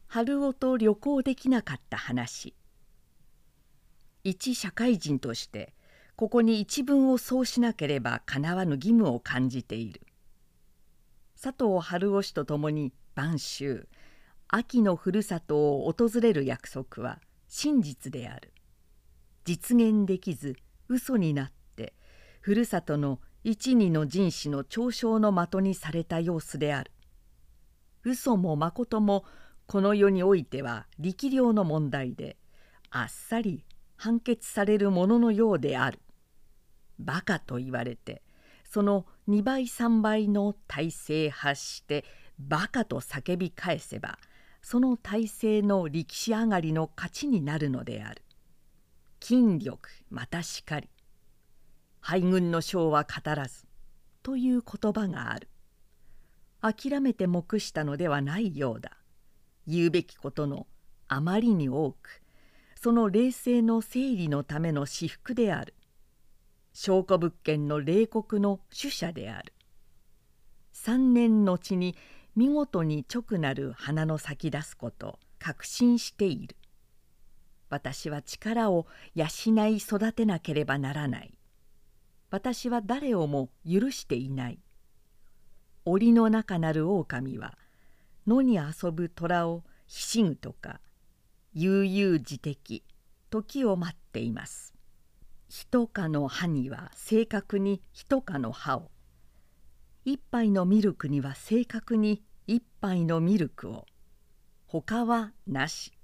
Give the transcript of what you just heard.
春男と旅行できなかった話。一社会人としてここに一文をそうしなければかなわぬ義務を感じている。佐藤春男氏と共に晩秋秋のふるさとを訪れる約束は真実である。実現できず嘘になってふるさとの一二の人士の嘲笑の的にされた様子である。嘘もまこともこの世においては力量の問題であっさり判決されるもののようである。バカと言われてその2倍3倍の体勢発してバカと叫び返せばその体勢の力士上がりの勝ちになるのである。筋力またしかり敗軍の将は語らずという言葉がある。諦めて黙したのではないようだ。言うべきことのあまりに多くその冷静の整理のための私服である。証拠物件の冷酷の主者である。3年後に見事に直なる花の咲き出すこと確信している。私は力を養い育てなければならない。私は誰をも許していない。檻の中なる狼は野に遊ぶ虎をひしぐとか悠々自適時を待っています。一かの歯には正確に一かの歯を、一杯のミルクには正確に一杯のミルクを、他はなし。